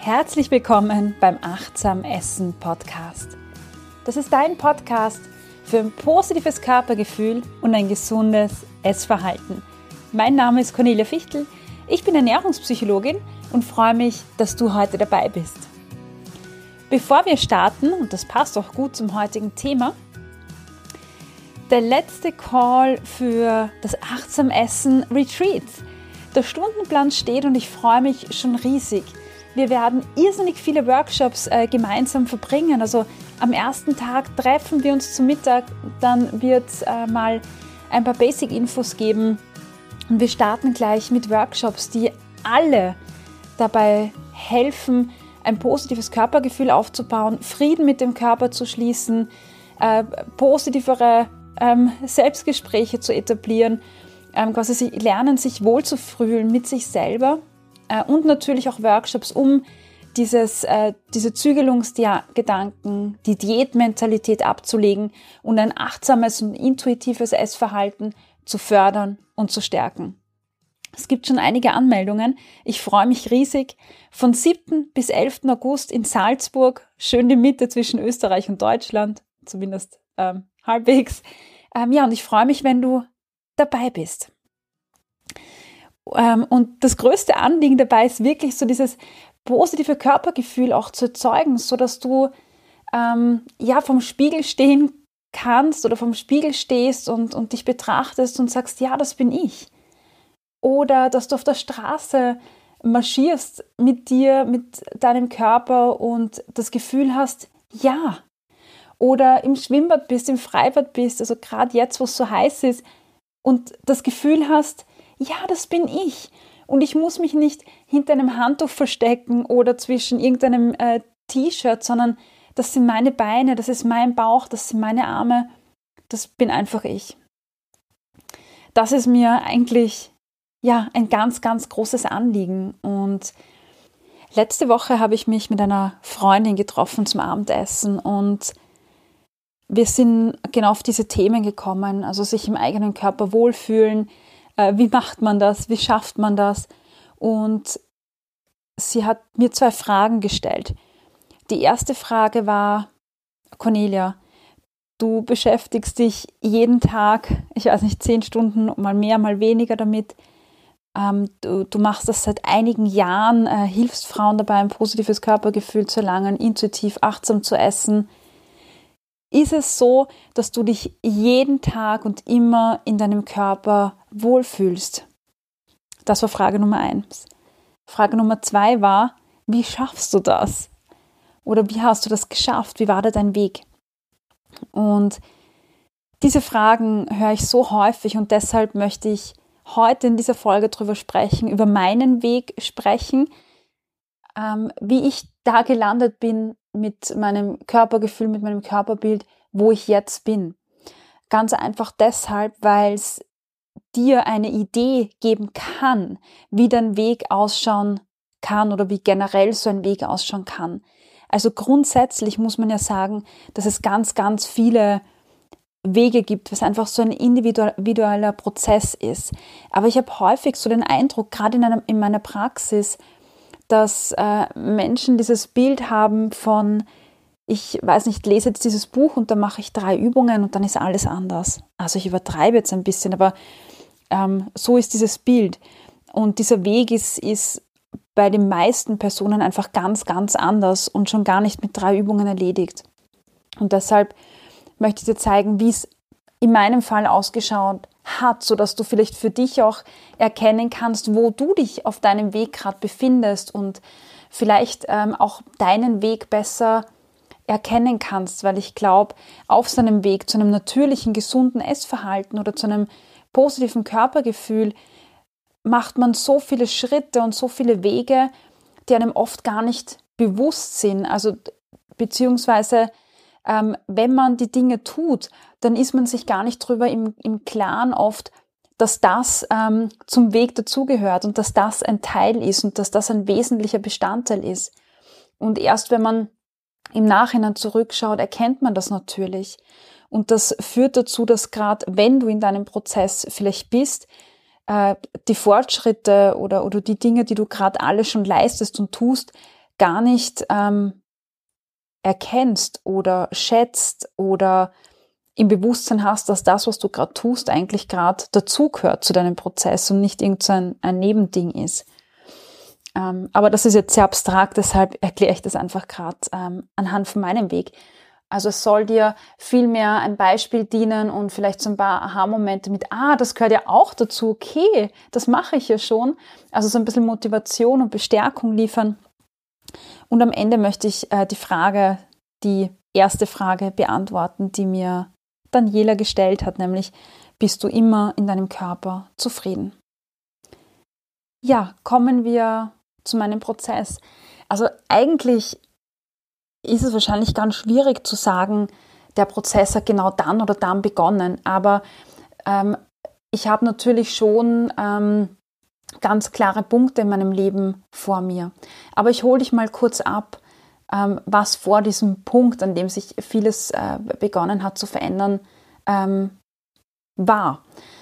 Herzlich willkommen beim Achtsam Essen Podcast. Das ist dein Podcast für ein positives Körpergefühl und ein gesundes Essverhalten. Mein Name ist Cornelia Fichtel, ich bin Ernährungspsychologin und freue mich, dass du heute dabei bist. Bevor wir starten, und das passt auch gut zum heutigen Thema, der letzte Call für das Achtsam Essen Retreat. Der Stundenplan steht und ich freue mich schon riesig. Wir werden irrsinnig viele Workshops gemeinsam verbringen. Also am ersten Tag treffen wir uns zum Mittag, dann wird es mal ein paar Basic-Infos geben und wir starten gleich mit Workshops, die alle dabei helfen, ein positives Körpergefühl aufzubauen, Frieden mit dem Körper zu schließen, positivere Selbstgespräche zu etablieren, quasi lernen, sich wohlzufühlen mit sich selber. Und natürlich auch Workshops, um diese Zügelungsgedanken, die Diätmentalität abzulegen und ein achtsames und intuitives Essverhalten zu fördern und zu stärken. Es gibt schon einige Anmeldungen. Ich freue mich riesig. Von 7. bis 11. August in Salzburg, schön die Mitte zwischen Österreich und Deutschland, zumindest halbwegs. Und ich freue mich, wenn du dabei bist. Und das größte Anliegen dabei ist wirklich so dieses positive Körpergefühl auch zu erzeugen, sodass du vom Spiegel stehen kannst oder vom Spiegel stehst und dich betrachtest und sagst, ja, das bin ich. Oder dass du auf der Straße marschierst mit dir, mit deinem Körper und das Gefühl hast, ja. Oder im Schwimmbad bist, im Freibad bist, also gerade jetzt, wo es so heiß ist und das Gefühl hast, ja, das bin ich. Und ich muss mich nicht hinter einem Handtuch verstecken oder zwischen irgendeinem T-Shirt, sondern das sind meine Beine, das ist mein Bauch, das sind meine Arme, das bin einfach ich. Das ist mir eigentlich ein ganz, ganz großes Anliegen. Und letzte Woche habe ich mich mit einer Freundin getroffen zum Abendessen und wir sind genau auf diese Themen gekommen, also sich im eigenen Körper wohlfühlen. Wie macht man das? Wie schafft man das? Und sie hat mir 2 Fragen gestellt. Die erste Frage war, Cornelia, du beschäftigst dich jeden Tag, 10 Stunden, mal mehr, mal weniger damit. Du machst das seit einigen Jahren, hilfst Frauen dabei, ein positives Körpergefühl zu erlangen, intuitiv, achtsam zu essen. Ist es so, dass du dich jeden Tag und immer in deinem Körper wohlfühlst? Das war Frage Nummer 1. Frage Nummer 2 war, wie schaffst du das? Oder wie hast du das geschafft? Wie war da dein Weg? Und diese Fragen höre ich so häufig und deshalb möchte ich heute in dieser Folge drüber sprechen, über meinen Weg sprechen, wie ich da gelandet bin mit meinem Körpergefühl, mit meinem Körperbild, wo ich jetzt bin. Ganz einfach deshalb, weil es dir eine Idee geben kann, wie dein Weg ausschauen kann oder wie generell so ein Weg ausschauen kann. Also grundsätzlich muss man ja sagen, dass es ganz, ganz viele Wege gibt, was einfach so ein individueller Prozess ist. Aber ich habe häufig so den Eindruck, gerade in meiner Praxis, dass Menschen dieses Bild haben von, ich lese jetzt dieses Buch und dann mache ich 3 Übungen und dann ist alles anders. Also ich übertreibe jetzt ein bisschen, aber so ist dieses Bild. Und dieser Weg ist bei den meisten Personen einfach ganz, ganz anders und schon gar nicht mit 3 Übungen erledigt. Und deshalb möchte ich dir zeigen, wie es in meinem Fall ausgeschaut hat, sodass du vielleicht für dich auch erkennen kannst, wo du dich auf deinem Weg gerade befindest und vielleicht auch deinen Weg besser erkennen kannst, weil ich glaube, auf seinem Weg zu einem natürlichen, gesunden Essverhalten oder zu einem positiven Körpergefühl macht man so viele Schritte und so viele Wege, die einem oft gar nicht bewusst sind. Also beziehungsweise wenn man die Dinge tut, dann ist man sich gar nicht drüber im Klaren oft, dass das zum Weg dazugehört und dass das ein Teil ist und dass das ein wesentlicher Bestandteil ist. Und erst wenn man im Nachhinein zurückschaut, erkennt man das natürlich. Und das führt dazu, dass gerade wenn du in deinem Prozess vielleicht bist, die Fortschritte oder die Dinge, die du gerade alle schon leistest und tust, gar nicht erkennst oder schätzt oder im Bewusstsein hast, dass das, was du gerade tust, eigentlich gerade dazugehört zu deinem Prozess und nicht irgend so ein Nebending ist. Aber das ist jetzt sehr abstrakt, deshalb erkläre ich das einfach gerade anhand von meinem Weg. Also es soll dir vielmehr ein Beispiel dienen und vielleicht so ein paar Aha-Momente mit, das gehört ja auch dazu, okay, das mache ich ja schon. Also so ein bisschen Motivation und Bestärkung liefern. Und am Ende möchte ich die erste Frage beantworten, die mir Daniela gestellt hat, nämlich, bist du immer in deinem Körper zufrieden? Ja, kommen wir zu meinem Prozess. Also eigentlich ist es wahrscheinlich ganz schwierig zu sagen, der Prozess hat genau dann oder dann begonnen. Aber ich habe natürlich schon ganz klare Punkte in meinem Leben vor mir. Aber ich hole dich mal kurz ab, was vor diesem Punkt, an dem sich vieles begonnen hat zu verändern, war.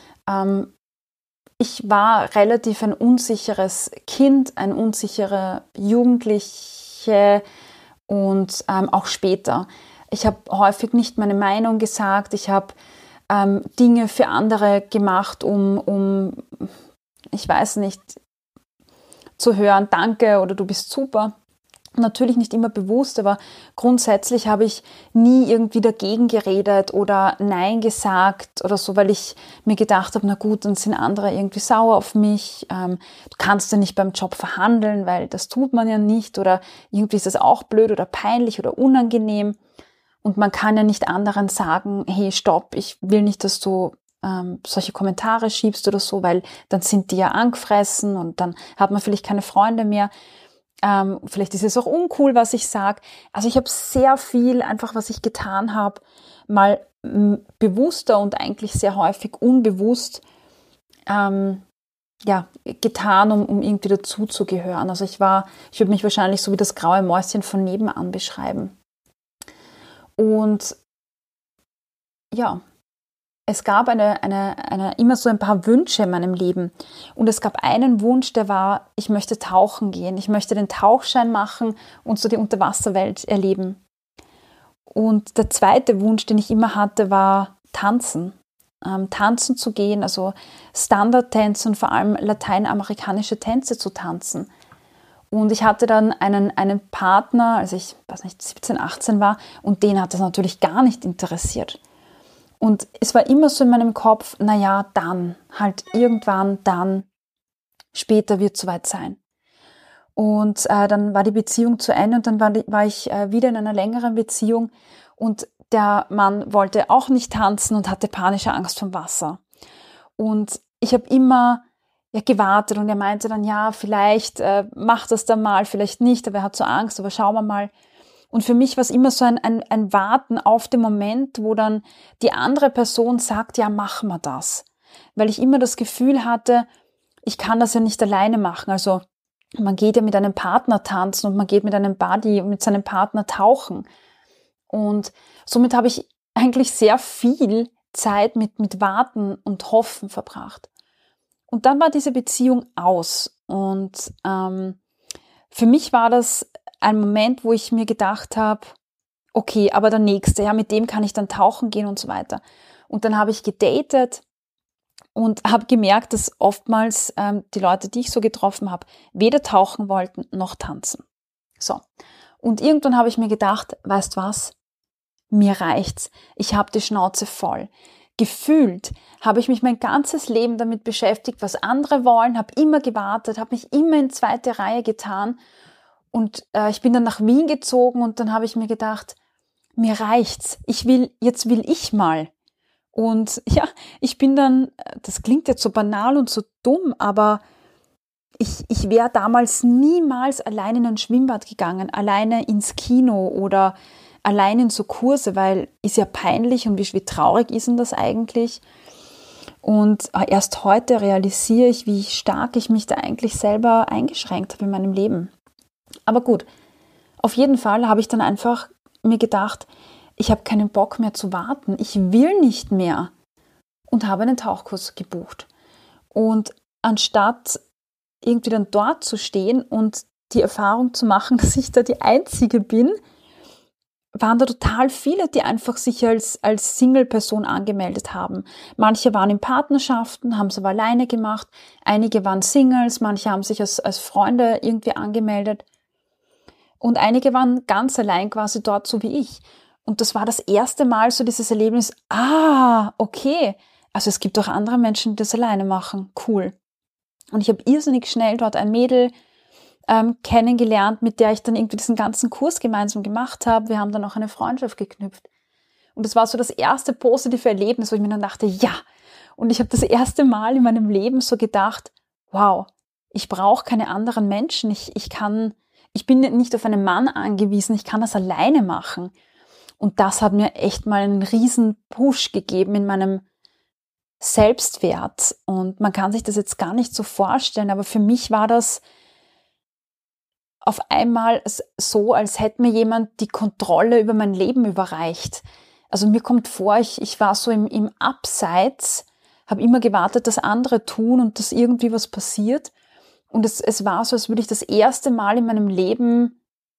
Ich war relativ ein unsicheres Kind, ein unsicherer Jugendliche und auch später. Ich habe häufig nicht meine Meinung gesagt. Ich habe Dinge für andere gemacht, um, ich weiß nicht, zu hören, danke oder du bist super. Natürlich nicht immer bewusst, aber grundsätzlich habe ich nie irgendwie dagegen geredet oder Nein gesagt oder so, weil ich mir gedacht habe, na gut, dann sind andere irgendwie sauer auf mich. Du kannst ja nicht beim Job verhandeln, weil das tut man ja nicht oder irgendwie ist das auch blöd oder peinlich oder unangenehm. Und man kann ja nicht anderen sagen, hey, stopp, ich will nicht, dass du solche Kommentare schiebst oder so, weil dann sind die ja angefressen und dann hat man vielleicht keine Freunde mehr. Vielleicht ist es auch uncool, was ich sage. Also ich habe sehr viel, einfach was ich getan habe, mal bewusster und eigentlich sehr häufig unbewusst getan, um irgendwie dazuzugehören. Also ich würde mich wahrscheinlich so wie das graue Mäuschen von nebenan beschreiben. Und ja, es gab immer so ein paar Wünsche in meinem Leben. Und es gab einen Wunsch, der war, ich möchte tauchen gehen. Ich möchte den Tauchschein machen und so die Unterwasserwelt erleben. Und der zweite Wunsch, den ich immer hatte, war tanzen. Tanzen zu gehen, also Standardtänze und vor allem lateinamerikanische Tänze zu tanzen. Und ich hatte dann einen Partner, als ich, 17, 18 war, und den hat das natürlich gar nicht interessiert. Und es war immer so in meinem Kopf, naja, dann, halt irgendwann, dann, später wird es soweit sein. Und dann war die Beziehung zu Ende und dann war ich wieder in einer längeren Beziehung und der Mann wollte auch nicht tanzen und hatte panische Angst vom Wasser. Und ich habe immer gewartet und er meinte dann, ja, vielleicht macht das dann mal, vielleicht nicht, aber er hat so Angst, aber schauen wir mal. Und für mich war es immer so ein Warten auf den Moment, wo dann die andere Person sagt, ja, machen wir das. Weil ich immer das Gefühl hatte, ich kann das ja nicht alleine machen. Also man geht ja mit einem Partner tanzen und man geht mit einem Buddy und mit seinem Partner tauchen. Und somit habe ich eigentlich sehr viel Zeit mit Warten und Hoffen verbracht. Und dann war diese Beziehung aus. Und für mich war das ein Moment, wo ich mir gedacht habe, okay, aber der nächste, ja, mit dem kann ich dann tauchen gehen und so weiter. Und dann habe ich gedatet und habe gemerkt, dass oftmals die Leute, die ich so getroffen habe, weder tauchen wollten noch tanzen. So. Und irgendwann habe ich mir gedacht, weißt was? Mir reicht's. Ich habe die Schnauze voll. Gefühlt habe ich mich mein ganzes Leben damit beschäftigt, was andere wollen, habe immer gewartet, habe mich immer in zweite Reihe getan. Und ich bin dann nach Wien gezogen und dann habe ich mir gedacht, mir reicht's. Jetzt will ich mal. Und ja, ich bin dann, das klingt jetzt so banal und so dumm, aber ich wäre damals niemals allein in ein Schwimmbad gegangen, alleine ins Kino oder allein in so Kurse, weil ist ja peinlich und wie traurig ist denn das eigentlich? Und erst heute realisiere ich, wie stark ich mich da eigentlich selber eingeschränkt habe in meinem Leben. Aber gut, auf jeden Fall habe ich dann einfach mir gedacht, ich habe keinen Bock mehr zu warten, ich will nicht mehr und habe einen Tauchkurs gebucht. Und anstatt irgendwie dann dort zu stehen und die Erfahrung zu machen, dass ich da die Einzige bin, waren da total viele, die einfach sich als Single-Person angemeldet haben. Manche waren in Partnerschaften, haben es aber alleine gemacht. Einige waren Singles, manche haben sich als Freunde irgendwie angemeldet. Und einige waren ganz allein quasi dort, so wie ich. Und das war das erste Mal so dieses Erlebnis, okay, also es gibt auch andere Menschen, die das alleine machen. Cool. Und ich habe irrsinnig schnell dort ein Mädel kennengelernt, mit der ich dann irgendwie diesen ganzen Kurs gemeinsam gemacht habe. Wir haben dann auch eine Freundschaft geknüpft. Und das war so das erste positive Erlebnis, wo ich mir dann dachte, ja. Und ich habe das erste Mal in meinem Leben so gedacht, wow, ich brauche keine anderen Menschen. Ich bin nicht auf einen Mann angewiesen, ich kann das alleine machen. Und das hat mir echt mal einen riesen Push gegeben in meinem Selbstwert. Und man kann sich das jetzt gar nicht so vorstellen, aber für mich war das auf einmal so, als hätte mir jemand die Kontrolle über mein Leben überreicht. Also mir kommt vor, ich war so im Abseits, habe immer gewartet, dass andere tun und dass irgendwie was passiert. Und es war so, als würde ich das erste Mal in meinem Leben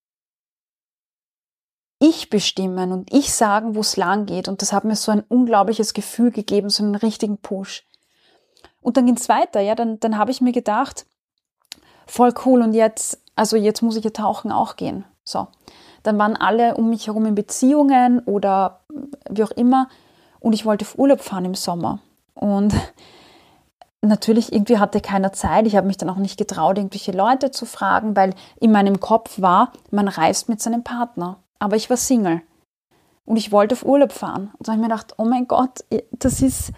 ich bestimmen und ich sagen, wo es lang geht. Und das hat mir so ein unglaubliches Gefühl gegeben, so einen richtigen Push. Und dann ging es weiter, ja, dann habe ich mir gedacht, voll cool, und jetzt muss ich ja tauchen auch gehen. So, dann waren alle um mich herum in Beziehungen oder wie auch immer und ich wollte auf Urlaub fahren im Sommer. Und natürlich irgendwie hatte keiner Zeit. Ich habe mich dann auch nicht getraut, irgendwelche Leute zu fragen, weil in meinem Kopf war, man reist mit seinem Partner. Aber ich war Single und ich wollte auf Urlaub fahren. Und dann habe ich mir gedacht, oh mein Gott, das ist...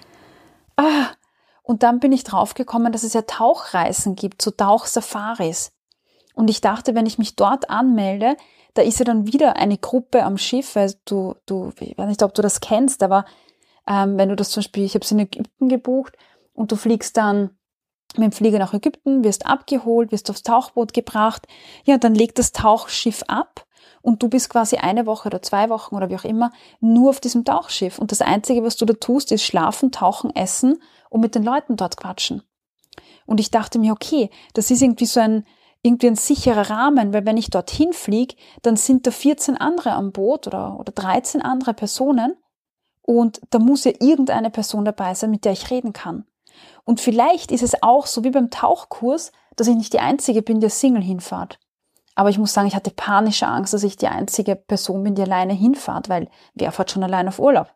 Und dann bin ich draufgekommen, dass es ja Tauchreisen gibt, so Tauchsafaris. Und ich dachte, wenn ich mich dort anmelde, da ist ja dann wieder eine Gruppe am Schiff. Also ich weiß nicht, ob du das kennst, aber wenn du das zum Beispiel, ich habe es in Ägypten gebucht und du fliegst dann mit dem Flieger nach Ägypten, wirst abgeholt, wirst aufs Tauchboot gebracht. Ja, dann legt das Tauchschiff ab und du bist quasi 1 Woche oder 2 Wochen oder wie auch immer nur auf diesem Tauchschiff. Und das Einzige, was du da tust, ist schlafen, tauchen, essen und mit den Leuten dort quatschen. Und ich dachte mir, okay, das ist irgendwie so ein sicherer Rahmen, weil wenn ich dorthin fliege, dann sind da 14 andere am Boot oder 13 andere Personen und da muss ja irgendeine Person dabei sein, mit der ich reden kann. Und vielleicht ist es auch so wie beim Tauchkurs, dass ich nicht die Einzige bin, die Single hinfahrt. Aber ich muss sagen, ich hatte panische Angst, dass ich die einzige Person bin, die alleine hinfahrt, weil wer fährt schon allein auf Urlaub?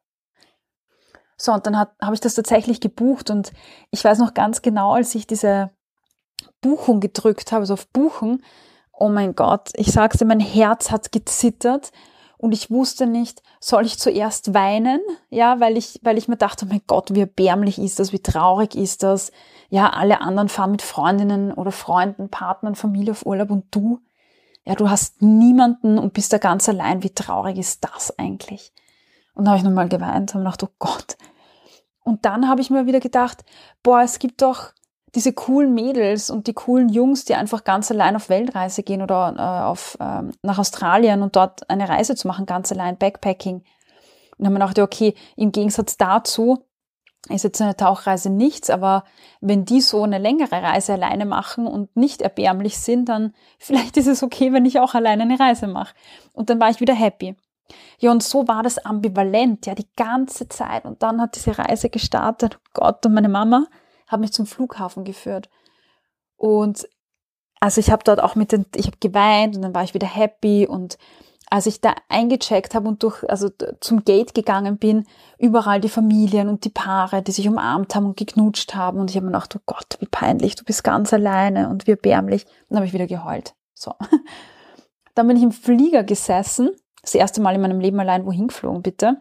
So, und dann habe ich das tatsächlich gebucht und ich weiß noch ganz genau, als ich diese Buchung gedrückt habe, also auf Buchen, oh mein Gott, ich sag's dir, mein Herz hat gezittert und ich wusste nicht, soll ich zuerst weinen, ja, weil ich mir dachte, oh mein Gott, wie erbärmlich ist das, wie traurig ist das, ja, alle anderen fahren mit Freundinnen oder Freunden, Partnern, Familie auf Urlaub und du, ja, du hast niemanden und bist da ganz allein, wie traurig ist das eigentlich? Und da habe ich nochmal geweint und habe gedacht, oh Gott. Und dann habe ich mir wieder gedacht, boah, es gibt doch diese coolen Mädels und die coolen Jungs, die einfach ganz allein auf Weltreise gehen oder nach Australien und dort eine Reise zu machen, ganz allein, Backpacking. Und dann habe ich mir gedacht, okay, im Gegensatz dazu ist jetzt eine Tauchreise nichts, aber wenn die so eine längere Reise alleine machen und nicht erbärmlich sind, dann vielleicht ist es okay, wenn ich auch alleine eine Reise mache. Und dann war ich wieder happy. Ja, und so war das ambivalent, ja, die ganze Zeit. Und dann hat diese Reise gestartet, oh Gott, und meine Mama hat mich zum Flughafen geführt. Und also ich habe dort auch ich habe geweint und dann war ich wieder happy. Und als ich da eingecheckt habe und zum Gate gegangen bin, überall die Familien und die Paare, die sich umarmt haben und geknutscht haben. Und ich habe mir gedacht, oh Gott, wie peinlich, du bist ganz alleine und wie erbärmlich. Und dann habe ich wieder geheult. So. Dann bin ich im Flieger gesessen, das erste Mal in meinem Leben allein wohin geflogen, bitte.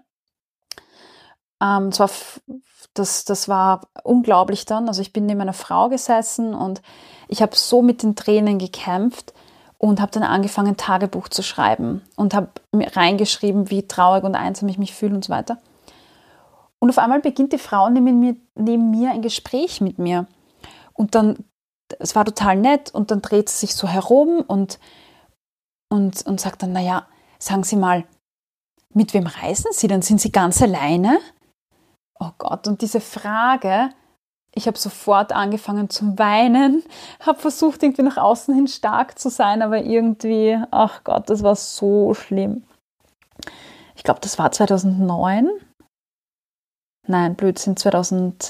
Das war unglaublich dann. Also ich bin neben meiner Frau gesessen und ich habe so mit den Tränen gekämpft und habe dann angefangen, Tagebuch zu schreiben und habe reingeschrieben, wie traurig und einsam ich mich fühle und so weiter. Und auf einmal beginnt die Frau neben mir ein Gespräch mit mir. Und dann, es war total nett und dann dreht sie sich so herum und sagt dann, naja, sagen Sie mal, mit wem reisen Sie denn? Sind Sie ganz alleine? Oh Gott, und diese Frage ich habe sofort angefangen zu weinen, habe versucht, irgendwie nach außen hin stark zu sein, aber irgendwie, ach Gott, das war so schlimm. Ich glaube, das war 2009. Nein, Blödsinn, 2013.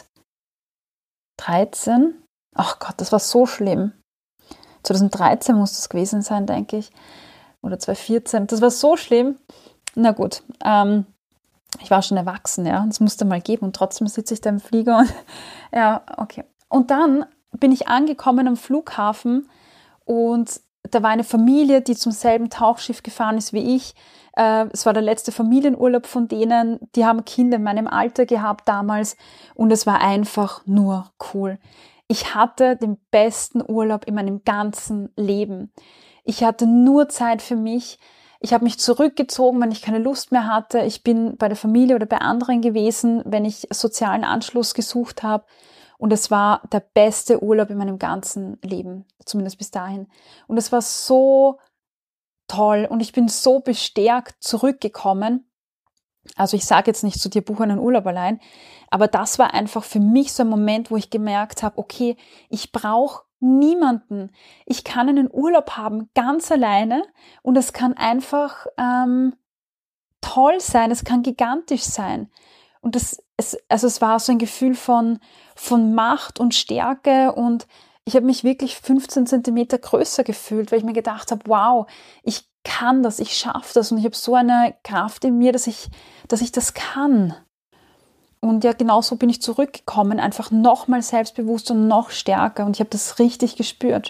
Ach Gott, das war so schlimm. 2013 muss das gewesen sein, denke ich. Oder 2014. Das war so schlimm. Na gut, ich war schon erwachsen, ja. Das musste mal geben und trotzdem sitze ich da im Flieger und ja, okay. Und dann bin ich angekommen am Flughafen und da war eine Familie, die zum selben Tauchschiff gefahren ist wie ich. Es war der letzte Familienurlaub von denen. Die haben Kinder in meinem Alter gehabt damals und es war einfach nur cool. Ich hatte den besten Urlaub in meinem ganzen Leben. Ich hatte nur Zeit für mich. Ich habe mich zurückgezogen, wenn ich keine Lust mehr hatte. Ich bin bei der Familie oder bei anderen gewesen, wenn ich sozialen Anschluss gesucht habe. Und es war der beste Urlaub in meinem ganzen Leben, zumindest bis dahin. Und es war so toll und ich bin so bestärkt zurückgekommen. Also ich sage jetzt nicht zu dir, buche einen Urlaub allein, aber das war einfach für mich so ein Moment, wo ich gemerkt habe, okay, ich brauche niemanden. Ich kann einen Urlaub haben, ganz alleine und es kann einfach toll sein, es kann gigantisch sein. Und es war so ein Gefühl von Macht und Stärke und ich habe mich wirklich 15 Zentimeter größer gefühlt, weil ich mir gedacht habe, wow, ich kann das, ich schaffe das und ich habe so eine Kraft in mir, dass ich das kann. Und ja, genau so bin ich zurückgekommen, einfach noch mal selbstbewusst und noch stärker und ich habe das richtig gespürt.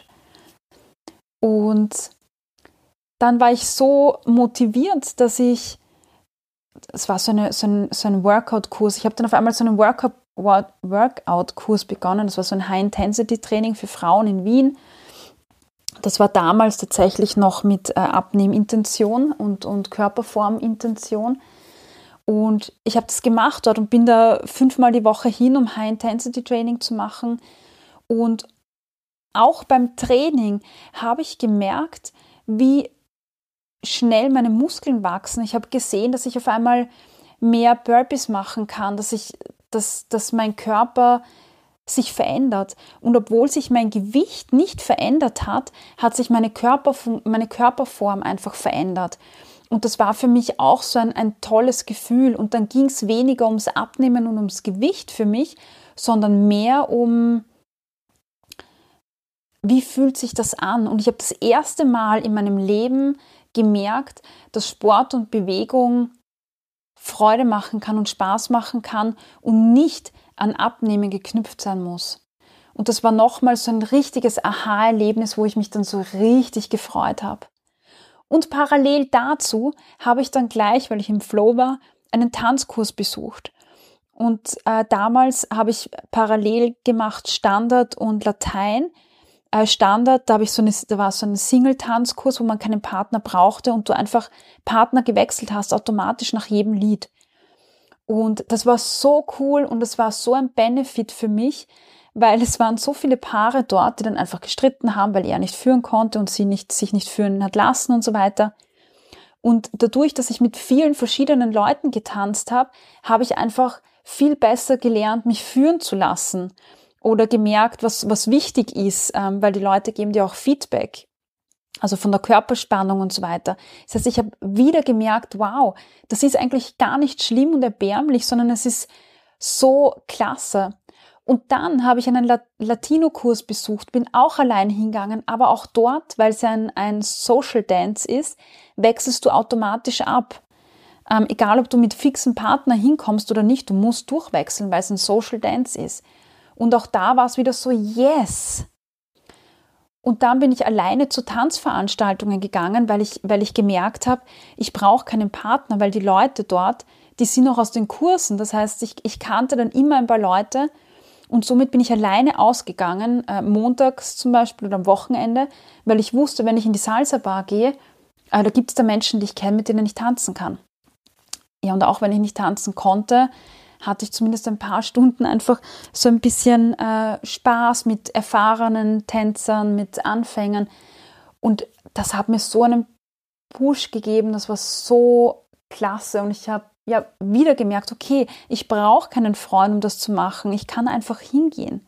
Und dann war ich so motiviert, dass es war so ein Workout-Kurs. Ich habe dann auf einmal so einen Workout-Kurs begonnen. Das war so ein High-Intensity-Training für Frauen in Wien. Das war damals tatsächlich noch mit Abnehmintention und Körperformintention. Und ich habe das gemacht dort und bin da 5-mal die Woche hin, um High-Intensity-Training zu machen. Und auch beim Training habe ich gemerkt, wie schnell meine Muskeln wachsen. Ich habe gesehen, dass ich auf einmal mehr Burpees machen kann, dass mein Körper sich verändert. Und obwohl sich mein Gewicht nicht verändert hat, hat sich meine Körperform einfach verändert. Und das war für mich auch so ein tolles Gefühl. Und dann ging es weniger ums Abnehmen und ums Gewicht für mich, sondern mehr um, wie fühlt sich das an? Und ich habe das erste Mal in meinem Leben gemerkt, dass Sport und Bewegung Freude machen kann und Spaß machen kann und nicht an Abnehmen geknüpft sein muss. Und das war nochmal so ein richtiges Aha-Erlebnis, wo ich mich dann so richtig gefreut habe. Und parallel dazu habe ich dann gleich, weil ich im Flow war, einen Tanzkurs besucht. Und damals habe ich parallel gemacht Standard und Latein. Standard, da war so ein Single-Tanzkurs, wo man keinen Partner brauchte und du einfach Partner gewechselt hast, automatisch nach jedem Lied. Und das war so cool und es war so ein Benefit für mich, weil es waren so viele Paare dort, die dann einfach gestritten haben, weil er nicht führen konnte und sich nicht führen hat lassen und so weiter. Und dadurch, dass ich mit vielen verschiedenen Leuten getanzt habe, habe ich einfach viel besser gelernt, mich führen zu lassen. Oder gemerkt, was wichtig ist, weil die Leute geben dir auch Feedback, also von der Körperspannung und so weiter. Das heißt, ich habe wieder gemerkt, wow, das ist eigentlich gar nicht schlimm und erbärmlich, sondern es ist so klasse. Und dann habe ich einen Latino-Kurs besucht, bin auch allein hingegangen, aber auch dort, weil es ein Social Dance ist, wechselst du automatisch ab. Egal, ob du mit fixem Partner hinkommst oder nicht, du musst durchwechseln, weil es ein Social Dance ist. Und auch da war es wieder so, yes. Und dann bin ich alleine zu Tanzveranstaltungen gegangen, weil ich gemerkt habe, ich brauche keinen Partner, weil die Leute dort, die sind noch aus den Kursen. Das heißt, ich kannte dann immer ein paar Leute und somit bin ich alleine ausgegangen, montags zum Beispiel oder am Wochenende, weil ich wusste, wenn ich in die Salsa-Bar gehe, da gibt es da Menschen, die ich kenne, mit denen ich tanzen kann. Ja, und auch wenn ich nicht tanzen konnte, hatte ich zumindest ein paar Stunden einfach so ein bisschen Spaß mit erfahrenen Tänzern, mit Anfängern. Und das hat mir so einen Push gegeben, das war so klasse. Und ich habe ja wieder gemerkt, okay, ich brauche keinen Freund, um das zu machen. Ich kann einfach hingehen.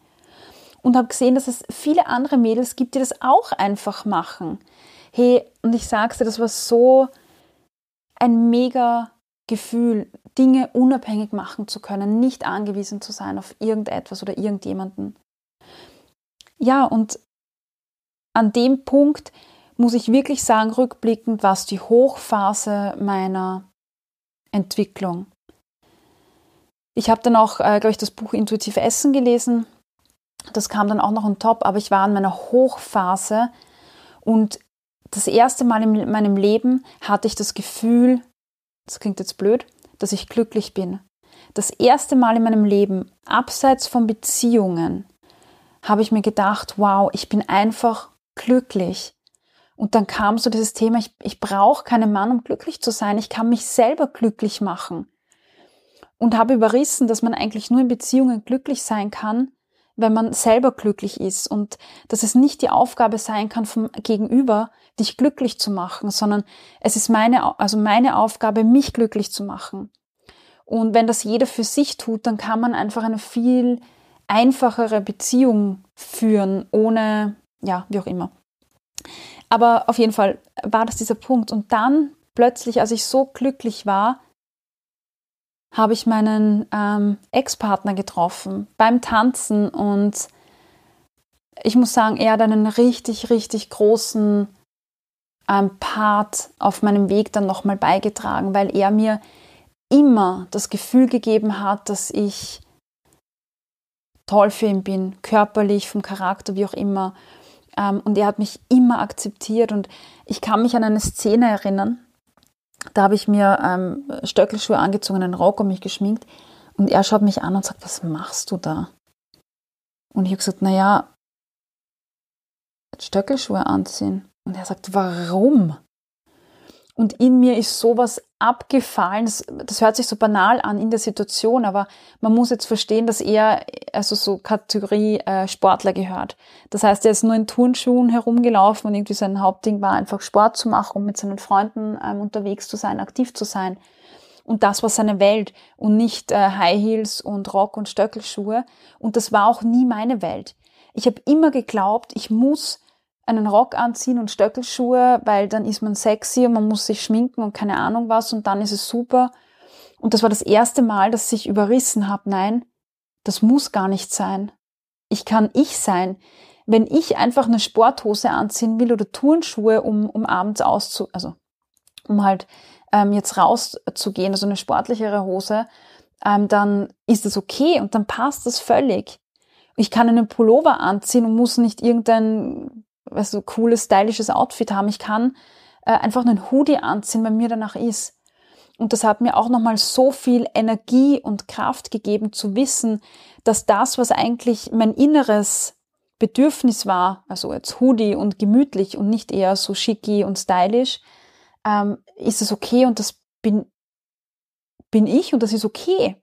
und habe gesehen, dass es viele andere Mädels gibt, die das auch einfach machen. Hey, und ich sag's dir, das war so ein mega Gefühl, Dinge unabhängig machen zu können, nicht angewiesen zu sein auf irgendetwas oder irgendjemanden. Ja, und an dem Punkt muss ich wirklich sagen, rückblickend war es die Hochphase meiner Entwicklung. Ich habe dann auch, glaube ich, das Buch Intuitiv Essen gelesen. Das kam dann auch noch on top, aber ich war in meiner Hochphase und das erste Mal in meinem Leben hatte ich das Gefühl, das klingt jetzt blöd, dass ich glücklich bin. Das erste Mal in meinem Leben, abseits von Beziehungen, habe ich mir gedacht, wow, ich bin einfach glücklich. Und dann kam so dieses Thema, ich brauche keinen Mann, um glücklich zu sein. Ich kann mich selber glücklich machen. Und habe überrissen, dass man eigentlich nur in Beziehungen glücklich sein kann, wenn man selber glücklich ist. Und dass es nicht die Aufgabe sein kann vom Gegenüber, dich glücklich zu machen, sondern es ist meine Aufgabe, mich glücklich zu machen. Und wenn das jeder für sich tut, dann kann man einfach eine viel einfachere Beziehung führen, ohne, ja, wie auch immer. Aber auf jeden Fall war das dieser Punkt. Und dann plötzlich, als ich so glücklich war, habe ich meinen Ex-Partner getroffen beim Tanzen. Und ich muss sagen, er hat einen richtig, richtig großen Part auf meinem Weg dann nochmal beigetragen, weil er mir immer das Gefühl gegeben hat, dass ich toll für ihn bin, körperlich, vom Charakter, wie auch immer. Und er hat mich immer akzeptiert und ich kann mich an eine Szene erinnern, da habe ich mir Stöckelschuhe angezogen, einen Rock und mich geschminkt und er schaut mich an und sagt, was machst du da? Und ich habe gesagt, naja, Stöckelschuhe anziehen. Und er sagt, warum? Und in mir ist sowas abgefallen, das hört sich so banal an in der Situation, aber man muss jetzt verstehen, dass er also so Kategorie Sportler gehört. Das heißt, er ist nur in Turnschuhen herumgelaufen und irgendwie sein Hauptding war einfach Sport zu machen, um mit seinen Freunden unterwegs zu sein, aktiv zu sein. Und das war seine Welt und nicht High Heels und Rock und Stöckelschuhe. Und das war auch nie meine Welt. Ich habe immer geglaubt, ich muss einen Rock anziehen und Stöckelschuhe, weil dann ist man sexy und man muss sich schminken und keine Ahnung was und dann ist es super. Und das war das erste Mal, dass ich überrissen habe, nein, das muss gar nicht sein. Ich kann ich sein. Wenn ich einfach eine Sporthose anziehen will oder Turnschuhe, um abends um halt jetzt rauszugehen, also eine sportlichere Hose, dann ist das okay und dann passt das völlig. Ich kann einen Pullover anziehen und muss nicht irgendein cooles, stylisches Outfit haben. Ich kann einfach einen Hoodie anziehen, wenn mir danach ist. Und das hat mir auch nochmal so viel Energie und Kraft gegeben, zu wissen, dass das, was eigentlich mein inneres Bedürfnis war, also jetzt Hoodie und gemütlich und nicht eher so schicki und stylisch, ist es okay und das bin ich und das ist okay.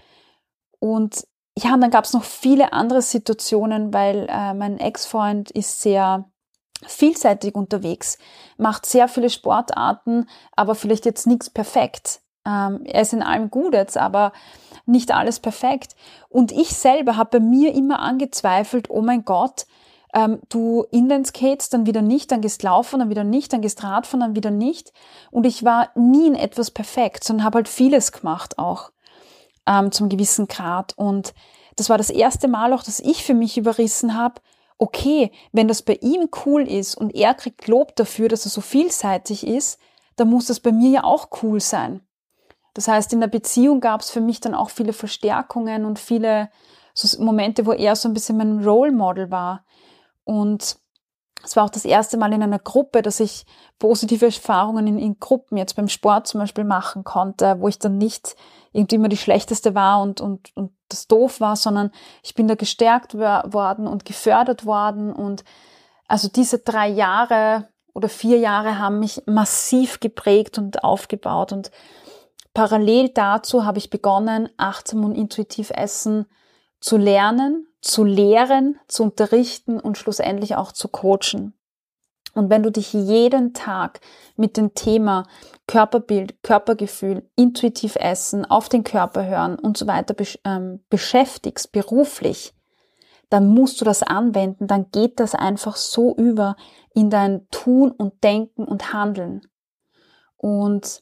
Und ja, und dann gab es noch viele andere Situationen, weil mein Ex-Freund ist sehr vielseitig unterwegs, macht sehr viele Sportarten, aber vielleicht jetzt nichts perfekt. Er ist in allem gut jetzt, aber nicht alles perfekt. Und ich selber habe bei mir immer angezweifelt, oh mein Gott, du Inline-Skates, dann wieder nicht, dann gehst laufen, dann wieder nicht, dann gehst Radfahren, dann wieder nicht. Und ich war nie in etwas perfekt, sondern habe halt vieles gemacht auch zum gewissen Grad. Und das war das erste Mal auch, dass ich für mich überrissen habe, okay, wenn das bei ihm cool ist und er kriegt Lob dafür, dass er so vielseitig ist, dann muss das bei mir ja auch cool sein. Das heißt, in der Beziehung gab es für mich dann auch viele Verstärkungen und viele so Momente, wo er so ein bisschen mein Role Model war. Und es war auch das erste Mal in einer Gruppe, dass ich positive Erfahrungen in Gruppen, jetzt beim Sport zum Beispiel, machen konnte, wo ich dann nicht irgendwie immer die Schlechteste war und das doof war, sondern ich bin da gestärkt worden und gefördert worden. Und also diese 3 Jahre oder 4 Jahre haben mich massiv geprägt und aufgebaut. Und parallel dazu habe ich begonnen, achtsam und intuitiv Essen zu lernen, zu lehren, zu unterrichten und schlussendlich auch zu coachen. Und wenn du dich jeden Tag mit dem Thema Körperbild, Körpergefühl, intuitiv essen, auf den Körper hören und so weiter beschäftigst, beruflich, dann musst du das anwenden, dann geht das einfach so über in dein Tun und Denken und Handeln. Und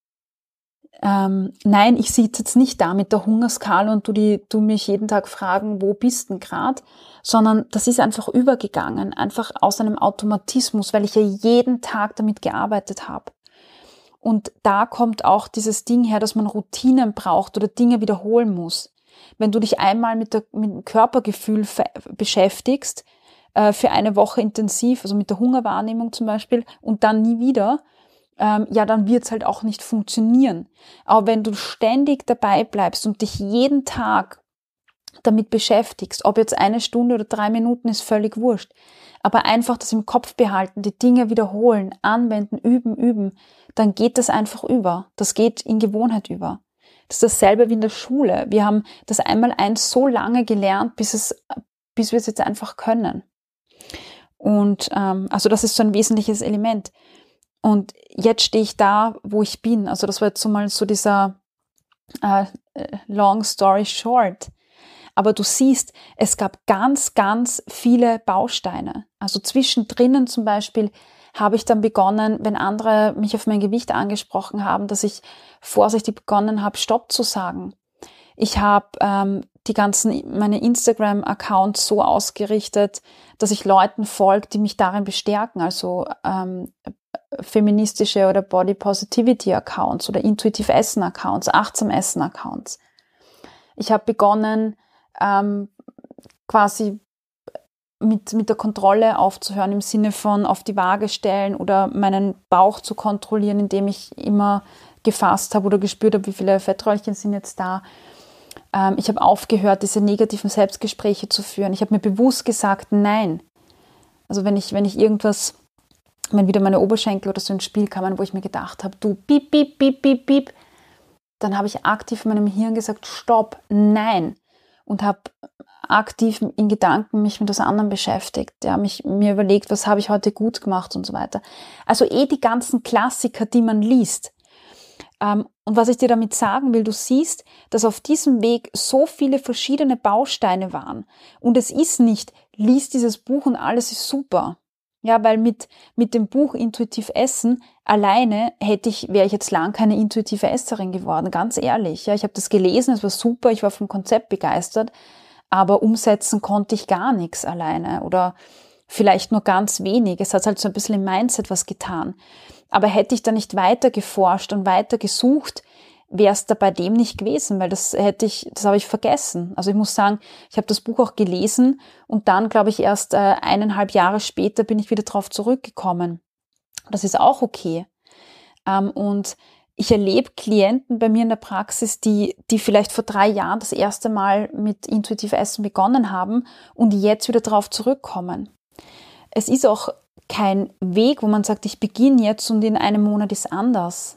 nein, ich sitze jetzt nicht da mit der Hungerskala und du mich jeden Tag fragen, wo bist denn grad, sondern das ist einfach übergegangen, einfach aus einem Automatismus, weil ich ja jeden Tag damit gearbeitet habe. Und da kommt auch dieses Ding her, dass man Routinen braucht oder Dinge wiederholen muss. Wenn du dich einmal mit dem Körpergefühl beschäftigst, für eine Woche intensiv, also mit der Hungerwahrnehmung zum Beispiel, und dann nie wieder, dann wird's halt auch nicht funktionieren. Aber wenn du ständig dabei bleibst und dich jeden Tag damit beschäftigst, ob jetzt 1 Stunde oder 3 Minuten, ist völlig wurscht. Aber einfach das im Kopf behalten, die Dinge wiederholen, anwenden, üben, dann geht das einfach über. Das geht in Gewohnheit über. Das ist dasselbe wie in der Schule. Wir haben das Einmaleins so lange gelernt, bis wir es jetzt einfach können. Und also das ist so ein wesentliches Element. Und jetzt stehe ich da, wo ich bin. Also das war jetzt so mal so dieser long story short. Aber du siehst, es gab ganz, ganz viele Bausteine. Also zwischendrin zum Beispiel habe ich dann begonnen, wenn andere mich auf mein Gewicht angesprochen haben, dass ich vorsichtig begonnen habe, Stopp zu sagen. Ich habe meine Instagram-Accounts so ausgerichtet, dass ich Leuten folge, die mich darin bestärken, also feministische oder Body Positivity Accounts oder Intuitive Essen Accounts, Achtsam Essen Accounts. Ich habe begonnen, quasi mit der Kontrolle aufzuhören, im Sinne von auf die Waage stellen oder meinen Bauch zu kontrollieren, indem ich immer gefasst habe oder gespürt habe, wie viele Fettröllchen sind jetzt da. Ich habe aufgehört, diese negativen Selbstgespräche zu führen. Ich habe mir bewusst gesagt, nein. Also wenn wieder meine Oberschenkel oder so ins Spiel kamen, wo ich mir gedacht habe, du piep, piep, piep, piep, piep, dann habe ich aktiv in meinem Hirn gesagt, stopp, nein. Und habe aktiv in Gedanken mich mit was anderem beschäftigt. Ja, mir überlegt, was habe ich heute gut gemacht und so weiter. Also die ganzen Klassiker, die man liest. Und was ich dir damit sagen will, du siehst, dass auf diesem Weg so viele verschiedene Bausteine waren. Und es ist nicht, lies dieses Buch und alles ist super. Ja, weil mit dem Buch Intuitiv Essen alleine wäre ich jetzt lang keine intuitive Esserin geworden, ganz ehrlich. Ja, ich habe das gelesen, es war super, ich war vom Konzept begeistert, aber umsetzen konnte ich gar nichts alleine oder vielleicht nur ganz wenig. Es hat halt so ein bisschen im Mindset was getan. Aber hätte ich da nicht weiter geforscht und weiter gesucht, wäre es da bei dem nicht gewesen, weil das habe ich vergessen. Also ich muss sagen, ich habe das Buch auch gelesen und dann, glaube ich, erst 1,5 Jahre später bin ich wieder drauf zurückgekommen. Das ist auch okay. Und ich erlebe Klienten bei mir in der Praxis, die vielleicht vor 3 Jahren das erste Mal mit Intuitiv Essen begonnen haben und jetzt wieder drauf zurückkommen. Es ist auch kein Weg, wo man sagt, ich beginne jetzt und in einem Monat ist anders.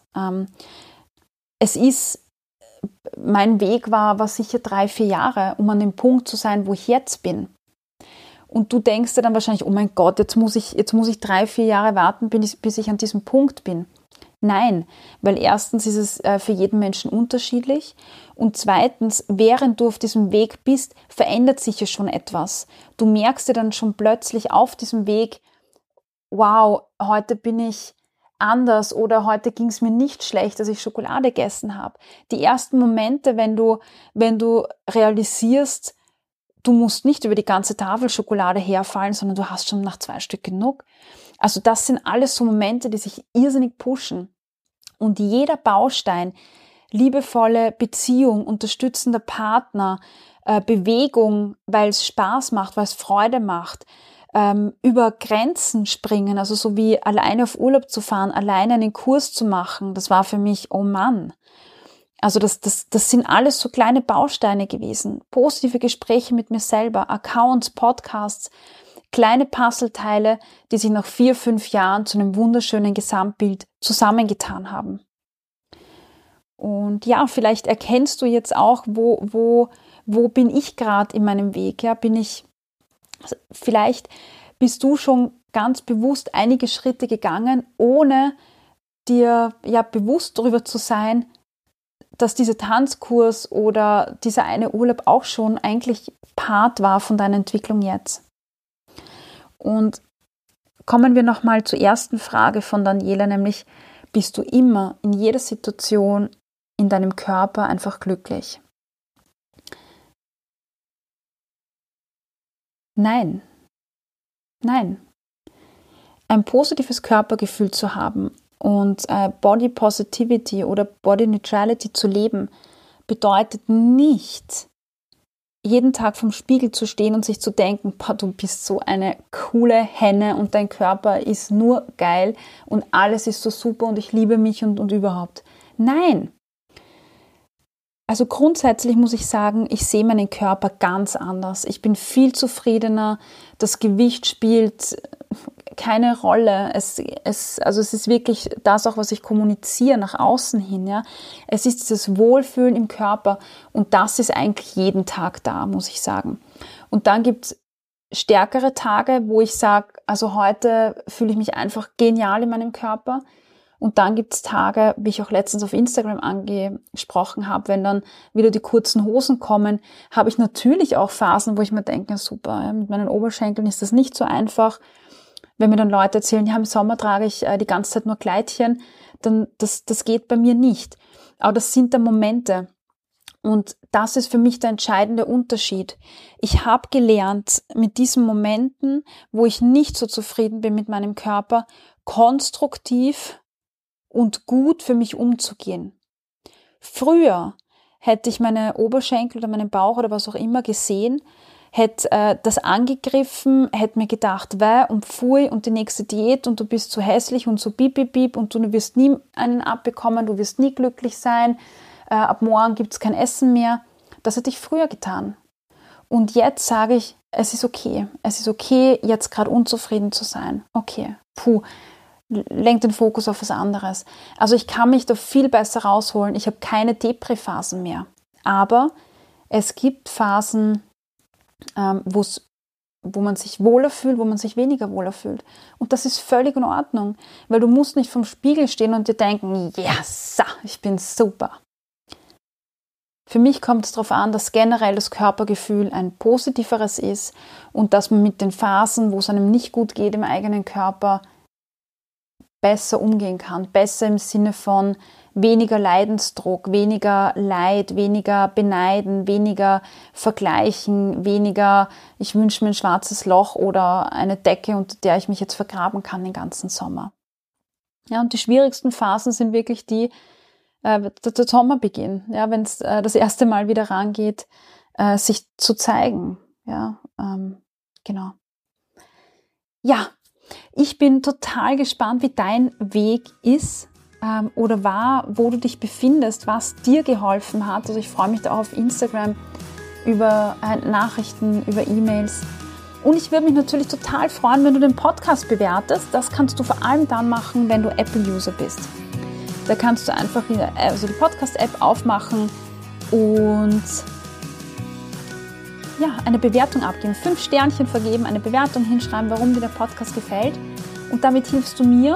Mein Weg war sicher 3-4 Jahre, um an dem Punkt zu sein, wo ich jetzt bin. Und du denkst dir dann wahrscheinlich, oh mein Gott, jetzt muss ich 3-4 Jahre warten, bis ich an diesem Punkt bin. Nein, weil erstens ist es für jeden Menschen unterschiedlich und zweitens, während du auf diesem Weg bist, verändert sich ja schon etwas. Du merkst dir dann schon plötzlich auf diesem Weg, wow, heute bin ich anders oder heute ging es mir nicht schlecht, dass ich Schokolade gegessen habe. Die ersten Momente, wenn du realisierst, du musst nicht über die ganze Tafel Schokolade herfallen, sondern du hast schon nach 2 Stück genug. Also das sind alles so Momente, die sich irrsinnig pushen. Und jeder Baustein, liebevolle Beziehung, unterstützender Partner, Bewegung, weil es Spaß macht, weil es Freude macht, über Grenzen springen, also so wie alleine auf Urlaub zu fahren, alleine einen Kurs zu machen, das war für mich, oh Mann. Also das sind alles so kleine Bausteine gewesen. Positive Gespräche mit mir selber, Accounts, Podcasts, kleine Puzzleteile, die sich nach 4-5 Jahren zu einem wunderschönen Gesamtbild zusammengetan haben. Und ja, vielleicht erkennst du jetzt auch, wo bin ich gerade in meinem Weg? Ja, vielleicht bist du schon ganz bewusst einige Schritte gegangen, ohne dir ja bewusst darüber zu sein, dass dieser Tanzkurs oder dieser eine Urlaub auch schon eigentlich Part war von deiner Entwicklung jetzt. Und kommen wir nochmal zur ersten Frage von Daniela, nämlich, bist du immer in jeder Situation in deinem Körper einfach glücklich? Nein. Ein positives Körpergefühl zu haben und Body Positivity oder Body Neutrality zu leben, bedeutet nicht, jeden Tag vorm Spiegel zu stehen und sich zu denken, du bist so eine coole Henne und dein Körper ist nur geil und alles ist so super und ich liebe mich und überhaupt. Nein! Also grundsätzlich muss ich sagen, ich sehe meinen Körper ganz anders. Ich bin viel zufriedener, das Gewicht spielt keine Rolle. Es ist wirklich das auch, was ich kommuniziere nach außen hin. Ja? Es ist dieses Wohlfühlen im Körper und das ist eigentlich jeden Tag da, muss ich sagen. Und dann gibt es stärkere Tage, wo ich sage, also heute fühle ich mich einfach genial in meinem Körper. Und dann gibt es Tage, wie ich auch letztens auf Instagram angesprochen habe, wenn dann wieder die kurzen Hosen kommen, habe ich natürlich auch Phasen, wo ich mir denke, super, mit meinen Oberschenkeln ist das nicht so einfach. Wenn mir dann Leute erzählen, ja, im Sommer trage ich die ganze Zeit nur Kleidchen, dann das geht bei mir nicht. Aber das sind dann Momente. Und das ist für mich der entscheidende Unterschied. Ich habe gelernt, mit diesen Momenten, wo ich nicht so zufrieden bin mit meinem Körper, konstruktiv und gut für mich umzugehen. Früher hätte ich meine Oberschenkel oder meinen Bauch oder was auch immer gesehen, hätte das angegriffen, hätte mir gedacht, weh und pfui und die nächste Diät und du bist so hässlich und so bip, bip, bip und du wirst nie einen abbekommen, du wirst nie glücklich sein, ab morgen gibt es kein Essen mehr. Das hätte ich früher getan. Und jetzt sage ich, es ist okay, jetzt gerade unzufrieden zu sein. Okay, lenk den Fokus auf was anderes. Also ich kann mich da viel besser rausholen. Ich habe keine Depri-Phasen mehr. Aber es gibt Phasen, wo man sich wohler fühlt, wo man sich weniger wohler fühlt. Und das ist völlig in Ordnung, weil du musst nicht vorm Spiegel stehen und dir denken, yes, ich bin super. Für mich kommt es darauf an, dass generell das Körpergefühl ein positiveres ist und dass man mit den Phasen, wo es einem nicht gut geht im eigenen Körper, besser umgehen kann. Besser im Sinne von weniger Leidensdruck, weniger Leid, weniger beneiden, weniger vergleichen, weniger ich wünsche mir ein schwarzes Loch oder eine Decke, unter der ich mich jetzt vergraben kann den ganzen Sommer. Ja, und die schwierigsten Phasen sind wirklich der Sommerbeginn, ja, wenn es das erste Mal wieder rangeht, sich zu zeigen. Ja, genau. Ja, ich bin total gespannt, wie dein Weg ist oder war, wo du dich befindest, was dir geholfen hat. Also ich freue mich da auch auf Instagram über Nachrichten, über E-Mails. Und ich würde mich natürlich total freuen, wenn du den Podcast bewertest. Das kannst du vor allem dann machen, wenn du Apple-User bist. Da kannst du einfach die Podcast-App aufmachen und eine Bewertung abgeben, 5 Sternchen vergeben, eine Bewertung hinschreiben, warum dir der Podcast gefällt. Und damit hilfst du mir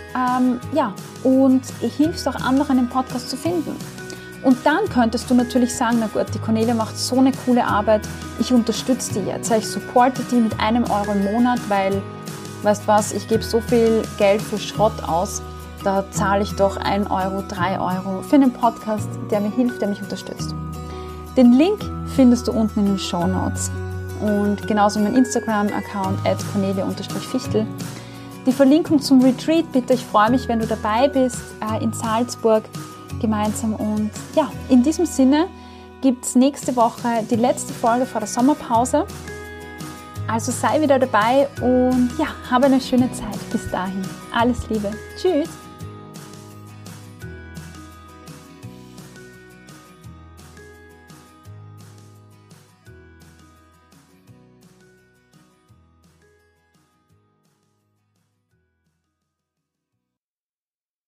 und hilfst auch anderen, den Podcast zu finden. Und dann könntest du natürlich sagen, na gut, die Cornelia macht so eine coole Arbeit, ich unterstütze die jetzt. Ich supporte die mit 1 Euro im Monat, weil, weißt was, ich gebe so viel Geld für Schrott aus, da zahle ich doch 1 Euro, 3 Euro für einen Podcast, der mir hilft, der mich unterstützt. Den Link findest du unten in den Shownotes und genauso mein Instagram-Account @cornelia_fichtel. Die Verlinkung zum Retreat, bitte, ich freue mich, wenn du dabei bist in Salzburg gemeinsam. Und ja, in diesem Sinne gibt es nächste Woche die letzte Folge vor der Sommerpause. Also sei wieder dabei und ja, habe eine schöne Zeit. Bis dahin. Alles Liebe. Tschüss.